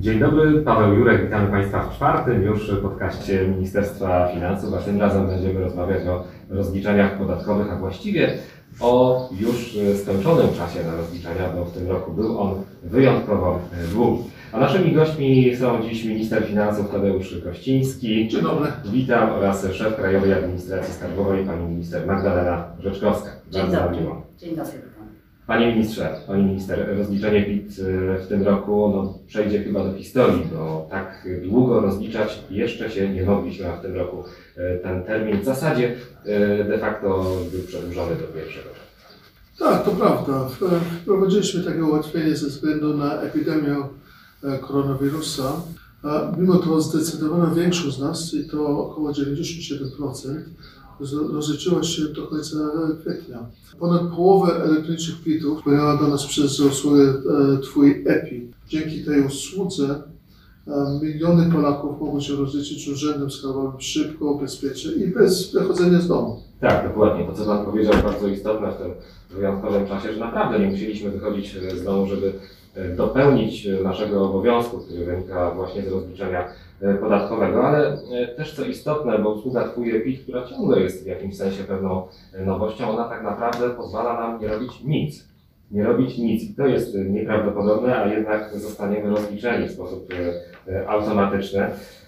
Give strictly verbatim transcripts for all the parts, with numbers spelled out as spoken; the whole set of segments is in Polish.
Dzień dobry, Paweł Jurek, witamy Państwa w czwartym już podcaście Ministerstwa Finansów, a tym razem będziemy rozmawiać o rozliczeniach podatkowych, a właściwie o już skończonym czasie na rozliczenia, bo w tym roku był on wyjątkowo długi. A naszymi gośćmi są dziś minister finansów Tadeusz Kościński. Dzień dobry. Witam, oraz szef Krajowej Administracji Skarbowej, pani minister Magdalena Rzeczkowska. Dzień dobry. Dzień dobry. Panie ministrze, pani minister, rozliczenie P I T w tym roku no, przejdzie chyba do historii, bo tak długo rozliczać jeszcze się nie mogliśmy, a w tym roku ten termin w zasadzie de facto był przedłużony do pierwszego czerwca. Tak, to prawda. Wprowadziliśmy takie ułatwienie ze względu na epidemię koronawirusa. Mimo to zdecydowana większość z nas, i to około dziewięćdziesiąt siedem procent, rozliczyła się do końca kwietnia. Ponad połowę elektronicznych P I T-ów wpłynęła do nas przez usługę Twój E P I. Dzięki tej usłudze miliony Polaków mogą się rozliczyć urzędem skarbowym szybko, bezpiecznie i bez wychodzenia z domu. Tak, dokładnie. To, co Pan powiedział, bardzo istotne w tym wyjątkowym czasie, że naprawdę nie musieliśmy wychodzić z domu, żeby dopełnić naszego obowiązku, który wynika właśnie z rozliczenia podatkowego, ale też co istotne, bo usługa Twój E P I, która ciągle jest w jakimś sensie pewną nowością, ona tak naprawdę pozwala nam nie robić nic. Nie robić nic. I to jest nieprawdopodobne, a jednak zostaniemy rozliczeni w sposób automatyczny.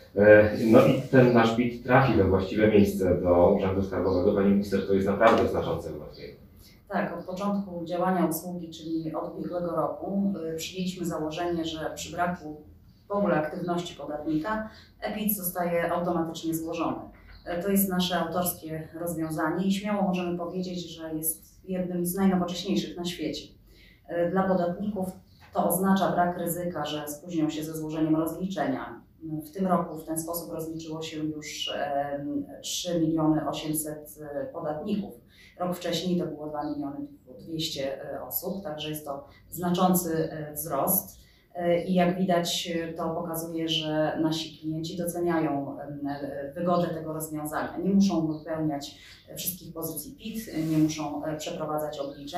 No i ten nasz P I T trafi we właściwe miejsce do Urzędu Skarbowego. Pani minister, to jest naprawdę znaczące ułatwienie. Tak, od początku działania usługi, czyli od ubiegłego roku, przyjęliśmy założenie, że przy braku w ogóle aktywności podatnika E P I T zostaje automatycznie złożony. To jest nasze autorskie rozwiązanie i śmiało możemy powiedzieć, że jest jednym z najnowocześniejszych na świecie. Dla podatników to oznacza brak ryzyka, że spóźnią się ze złożeniem rozliczenia. W tym roku w ten sposób rozliczyło się już trzy miliony osiemset podatników. Rok wcześniej to było dwa miliony dwieście osób, także jest to znaczący wzrost. I jak widać, to pokazuje, że nasi klienci doceniają wygodę tego rozwiązania. Nie muszą wypełniać wszystkich pozycji P I T, nie muszą przeprowadzać obliczeń.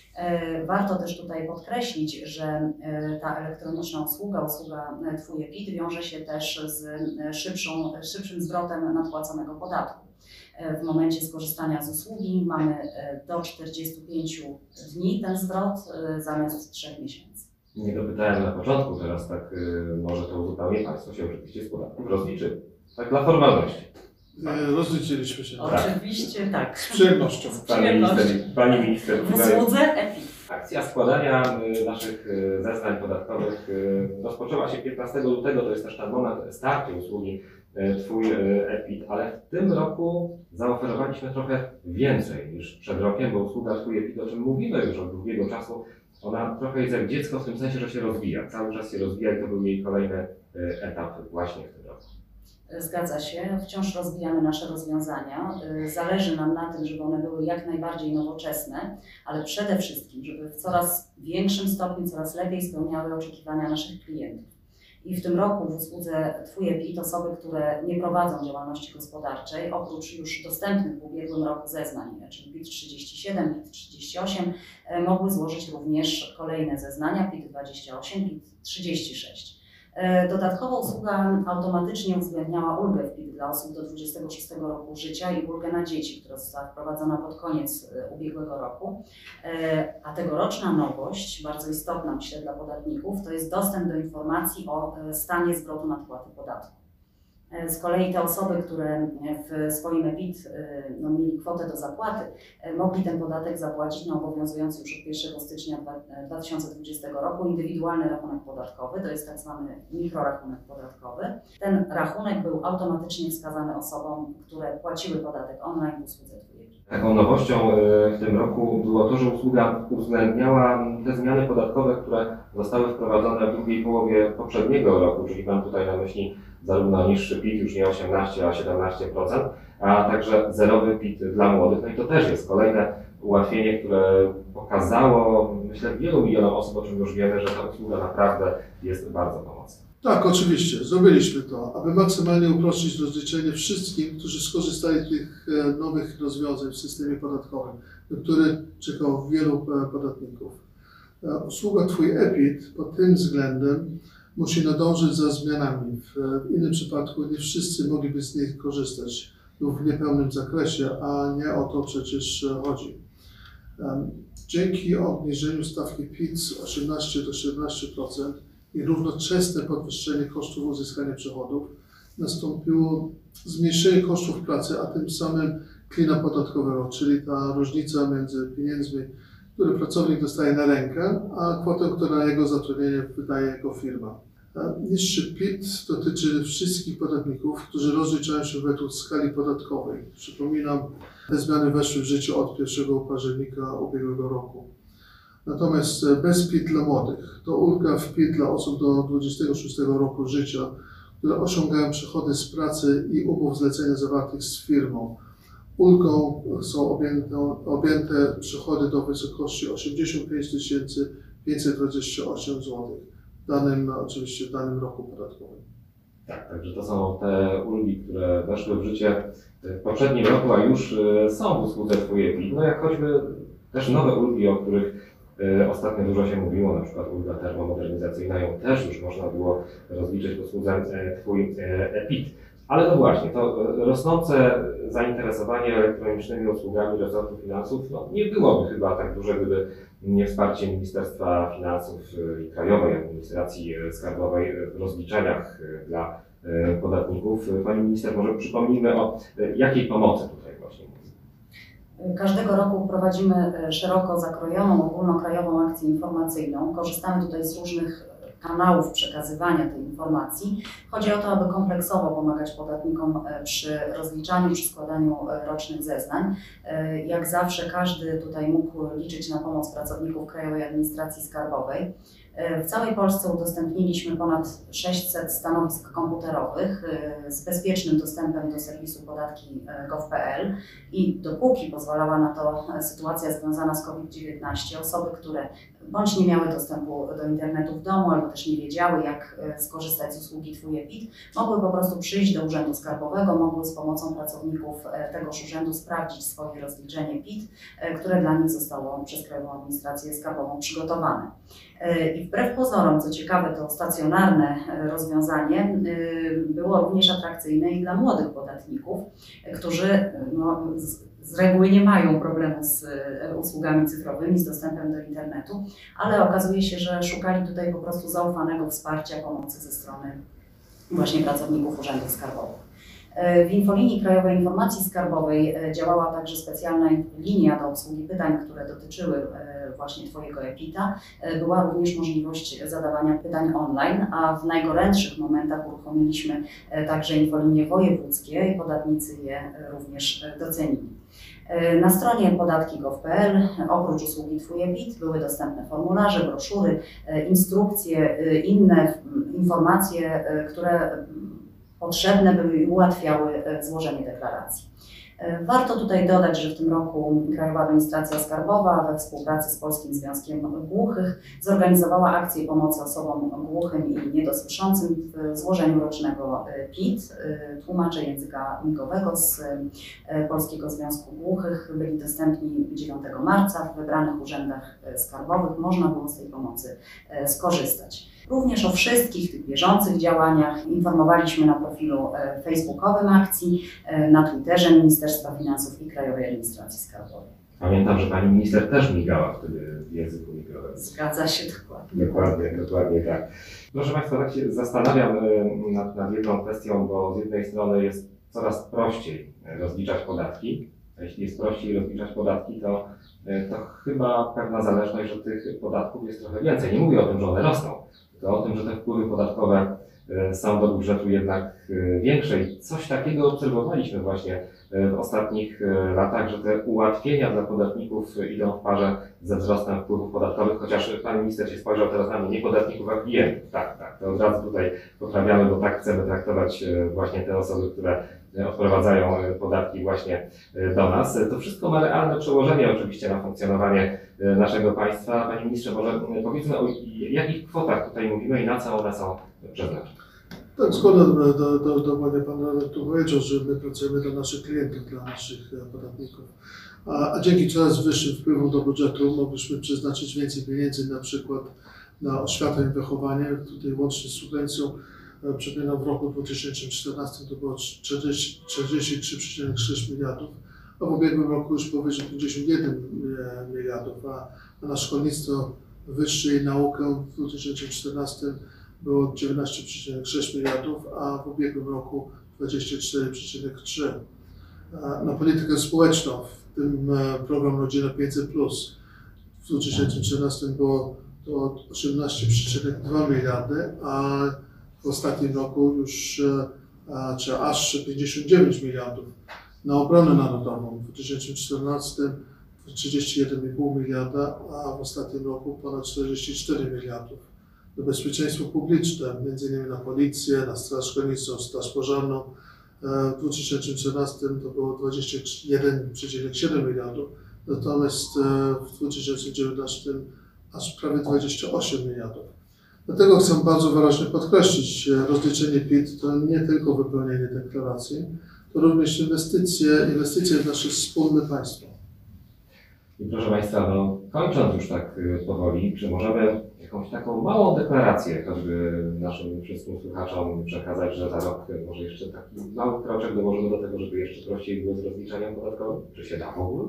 Warto też tutaj podkreślić, że ta elektroniczna usługa, usługa Twój E P I T wiąże się też z szybszą, szybszym zwrotem nadpłaconego podatku. W momencie skorzystania z usługi mamy do czterdziestu pięciu dni ten zwrot zamiast trzech miesięcy. Nie dopytałem na początku, teraz tak y, może to uzupełnię. Państwo się oczywiście z podatków rozliczy. Tak dla formalności. Rozliczyliśmy się. Oczywiście tak. Z przyjemnością. Pani minister, pani minister w usłudze E P I. Akcja składania naszych zeznań podatkowych rozpoczęła się piętnastego lutego, to jest też ten moment startu usługi Twój E P I T, ale w tym roku zaoferowaliśmy trochę więcej niż przed rokiem, bo usługa Twój E P I T, o czym mówimy już od długiego czasu, ona trochę jest jak dziecko w tym sensie, że się rozwija. Cały czas się rozwija i to był jej kolejny etap właśnie w tym roku. Zgadza się. Wciąż rozwijamy nasze rozwiązania. Zależy nam na tym, żeby one były jak najbardziej nowoczesne, ale przede wszystkim, żeby w coraz większym stopniu, coraz lepiej spełniały oczekiwania naszych klientów. I w tym roku w usłudze Twój E P I T osoby, które nie prowadzą działalności gospodarczej, oprócz już dostępnych w ubiegłym roku zeznań, czyli P I T trzydzieści siedem, P I T trzydzieści osiem, mogły złożyć również kolejne zeznania P I T dwadzieścia osiem, P I T trzydzieści sześć. Dodatkowo usługa automatycznie uwzględniała ulgę w P I T dla osób do dwudziestego szóstego roku życia i ulgę na dzieci, która została wprowadzona pod koniec ubiegłego roku. A tegoroczna nowość, bardzo istotna myślę dla podatników, to jest dostęp do informacji o stanie zwrotu nadpłaty podatku. Z kolei te osoby, które w swoim E P I T no, mieli kwotę do zapłaty, mogli ten podatek zapłacić na obowiązujący już od pierwszego stycznia dwa tysiące dwudziestego roku indywidualny rachunek podatkowy, to jest tak zwany mikrorachunek podatkowy. Ten rachunek był automatycznie wskazany osobom, które płaciły podatek online w usłudze Twój E P I T. Taką nowością w tym roku było to, że usługa uwzględniała te zmiany podatkowe, które zostały wprowadzone w drugiej połowie poprzedniego roku, czyli mam tutaj na myśli zarówno niższy P I T, już nie osiemnaście, a siedemnaście procent, a także zerowy P I T dla młodych. No i to też jest kolejne ułatwienie, które pokazało, myślę, wielu milionom osób, o czym już wiemy, że ta usługa naprawdę jest bardzo pomocna. Tak, oczywiście. Zrobiliśmy to, aby maksymalnie uprościć rozliczenie wszystkim, którzy skorzystali z tych nowych rozwiązań w systemie podatkowym, na który czekało wielu podatników. Usługa Twój E P I T pod tym względem musi nadążyć za zmianami. W innym przypadku nie wszyscy mogliby z nich korzystać lub w niepełnym zakresie, a nie o to przecież chodzi. Dzięki obniżeniu stawki P I T z osiemnaście do siedemnastu procent i równoczesne podwyższenie kosztów uzyskania przychodów nastąpiło zmniejszenie kosztów pracy, a tym samym klina podatkowego, czyli ta różnica między pieniędzmi, które pracownik dostaje na rękę, a kwotą, która na jego zatrudnienie wydaje jako firma. Niższy P I T dotyczy wszystkich podatników, którzy rozliczają się według skali podatkowej. Przypominam, te zmiany weszły w życie od pierwszego października ubiegłego roku. Natomiast bez P I T dla młodych to ulga w P I T dla osób do dwudziestego szóstego roku życia, które osiągają przychody z pracy i umów zlecenia zawartych z firmą. Ulgą są objęte, objęte przychody do wysokości osiemdziesiąt pięć tysięcy pięćset dwadzieścia osiem złotych, w danym, oczywiście w danym roku podatkowym. Tak, także to są te ulgi, które weszły w życie w poprzednim roku, a już są w usłudze Twoje P I T. No jak choćby też nowe ulgi, o których ostatnio dużo się mówiło, na przykład ulga termomodernizacyjna, ją też już można było rozliczyć w usłudze Twój P I T. Ale no właśnie, to rosnące zainteresowanie elektronicznymi usługami resortu finansów no, nie byłoby chyba tak duże, gdyby nie wsparcie Ministerstwa Finansów i Krajowej Administracji Skarbowej w rozliczeniach dla podatników. Pani minister, może przypomnijmy, o jakiej pomocy tutaj właśnie mówimy. Każdego roku prowadzimy szeroko zakrojoną, ogólnokrajową akcję informacyjną. Korzystamy tutaj z różnych kanałów przekazywania tej informacji. Chodzi o to, aby kompleksowo pomagać podatnikom przy rozliczaniu, przy składaniu rocznych zeznań. Jak zawsze każdy tutaj mógł liczyć na pomoc pracowników Krajowej Administracji Skarbowej. W całej Polsce udostępniliśmy ponad sześćset stanowisk komputerowych z bezpiecznym dostępem do serwisu podatki kropka gov kropka p l i dopóki pozwalała na to sytuacja związana z COVID dziewiętnaście, osoby, które bądź nie miały dostępu do internetu w domu, albo też nie wiedziały, jak skorzystać z usługi Twój P I T, mogły po prostu przyjść do Urzędu Skarbowego, mogły z pomocą pracowników tegoż urzędu sprawdzić swoje rozliczenie P I T, które dla nich zostało przez Krajową Administrację Skarbową przygotowane. I wbrew pozorom, co ciekawe, to stacjonarne rozwiązanie było również atrakcyjne i dla młodych podatników, którzy no, z, z reguły nie mają problemu z usługami cyfrowymi, z dostępem do internetu, ale okazuje się, że szukali tutaj po prostu zaufanego wsparcia, pomocy ze strony właśnie pracowników urzędów skarbowych. W infolinii Krajowej Informacji Skarbowej działała także specjalna linia do obsługi pytań, które dotyczyły właśnie Twojego E P I T-a. Była również możliwość zadawania pytań online, a w najgorętszych momentach uruchomiliśmy także infolinie wojewódzkie i podatnicy je również docenili. Na stronie podatki kropka gov kropka p l oprócz usługi Twój E P I T były dostępne formularze, broszury, instrukcje, inne informacje, które potrzebne były i ułatwiały złożenie deklaracji. Warto tutaj dodać, że w tym roku Krajowa Administracja Skarbowa we współpracy z Polskim Związkiem Głuchych zorganizowała akcję pomocy osobom głuchym i niedosłyszącym w złożeniu rocznego P I T. Tłumacze języka migowego z Polskiego Związku Głuchych byli dostępni dziewiątego marca. W wybranych urzędach skarbowych można było z tej pomocy skorzystać. Również o wszystkich tych bieżących działaniach informowaliśmy na profilu facebookowym akcji, na Twitterze Ministerstwa Finansów i Krajowej Administracji Skarbowej. Pamiętam, że Pani Minister też migała wtedy w języku migowym. Zgadza się, dokładnie. Dokładnie, dokładnie tak. Proszę Państwa, tak się zastanawiam nad, nad jedną kwestią, bo z jednej strony jest coraz prościej rozliczać podatki. A jeśli jest prościej rozliczać podatki, to, to chyba pewna zależność od tych podatków jest trochę więcej. Nie mówię o tym, że one rosną, tylko o tym, że te wpływy podatkowe są do budżetu jednak większe. I coś takiego obserwowaliśmy właśnie w ostatnich latach, że te ułatwienia dla podatników idą w parze ze wzrostem wpływów podatkowych, chociaż Pan Minister się spojrzał teraz na mnie, nie podatników, a klientów. Tak, tak, to od razu tutaj poprawiamy, bo tak chcemy traktować właśnie te osoby, które odprowadzają podatki właśnie do nas. To wszystko ma realne przełożenie oczywiście na funkcjonowanie naszego państwa. Panie Ministrze, może powiedzmy, o jakich kwotach tutaj mówimy i na co one są przeznaczone? Tak, składam do, do, do, do Panie Pan tu powiedział, że my pracujemy dla naszych klientów, dla naszych podatników. A, a dzięki coraz wyższym wpływom do budżetu mogliśmy przeznaczyć więcej pieniędzy na przykład na oświatę i wychowanie. Tutaj łącznie z subwencją, przypominam, w roku dwa tysiące czternastym to było czterdzieści trzy przecinek sześć miliardów, a w ubiegłym roku już powyżej pięćdziesiąt jeden miliardów, a, a na szkolnictwo wyższe i naukę w dwa tysiące czternastym było dziewiętnaście przecinek sześć miliardów, a w ubiegłym roku dwadzieścia cztery przecinek trzy. Na politykę społeczną, w tym program Rodzina pięćset plus, w dwa tysiące czternastym było to osiemnaście przecinek dwa miliardy, a w ostatnim roku już czy aż pięćdziesiąt dziewięć miliardów. Na obronę narodową w dwa tysiące czternastym trzydzieści jeden i pół miliarda, a w ostatnim roku ponad czterdzieści cztery miliardów. Na bezpieczeństwo publiczne, między innymi na policję, na straż graniczną, straż pożarną. W dwa tysiące czternastym to było dwadzieścia jeden przecinek siedem miliardów, natomiast w dwa tysiące dziewiętnastym aż prawie dwadzieścia osiem miliardów. Dlatego chcę bardzo wyraźnie podkreślić, rozliczenie P I T to nie tylko wypełnienie deklaracji, to również inwestycje, inwestycje w nasze wspólne państwo. I proszę Państwa, no, kończąc już tak powoli, czy możemy jakąś taką małą deklarację, choćby naszym wszystkim słuchaczom przekazać, że za rok może jeszcze taki mały kroczek dołożymy do tego, żeby jeszcze prościej było z rozliczaniem podatkowym? Czy się da w ogóle?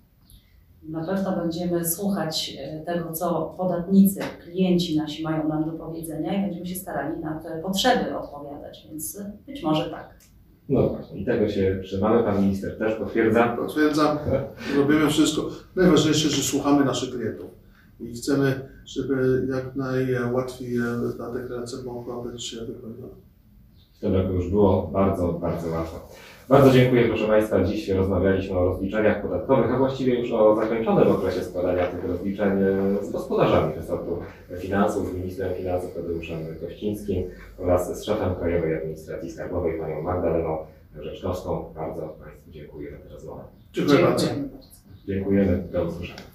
Na pewno będziemy słuchać tego, co podatnicy, klienci nasi mają nam do powiedzenia i będziemy się starali na te potrzeby odpowiadać, więc być może tak. No właśnie, i tego się trzymamy. Pan minister też potwierdza. Potwierdzam, robimy wszystko. Najważniejsze, że słuchamy naszych klientów i chcemy, żeby jak najłatwiej ta deklaracja mogła być wypełniona. W tym roku już było bardzo, bardzo łatwo. Bardzo dziękuję, proszę Państwa. Dziś rozmawialiśmy o rozliczeniach podatkowych, a właściwie już o zakończonym okresie składania tych rozliczeń z gospodarzami resortu finansów, z ministrem finansów Tadeuszem Kościńskim oraz z szefem Krajowej Administracji Skarbowej, panią Magdaleną Rzeczkowską. Bardzo Państwu dziękuję za tę rozmowę. Dziękuję bardzo. Dziękujemy bardzo. Dziękujemy. Do usłyszenia.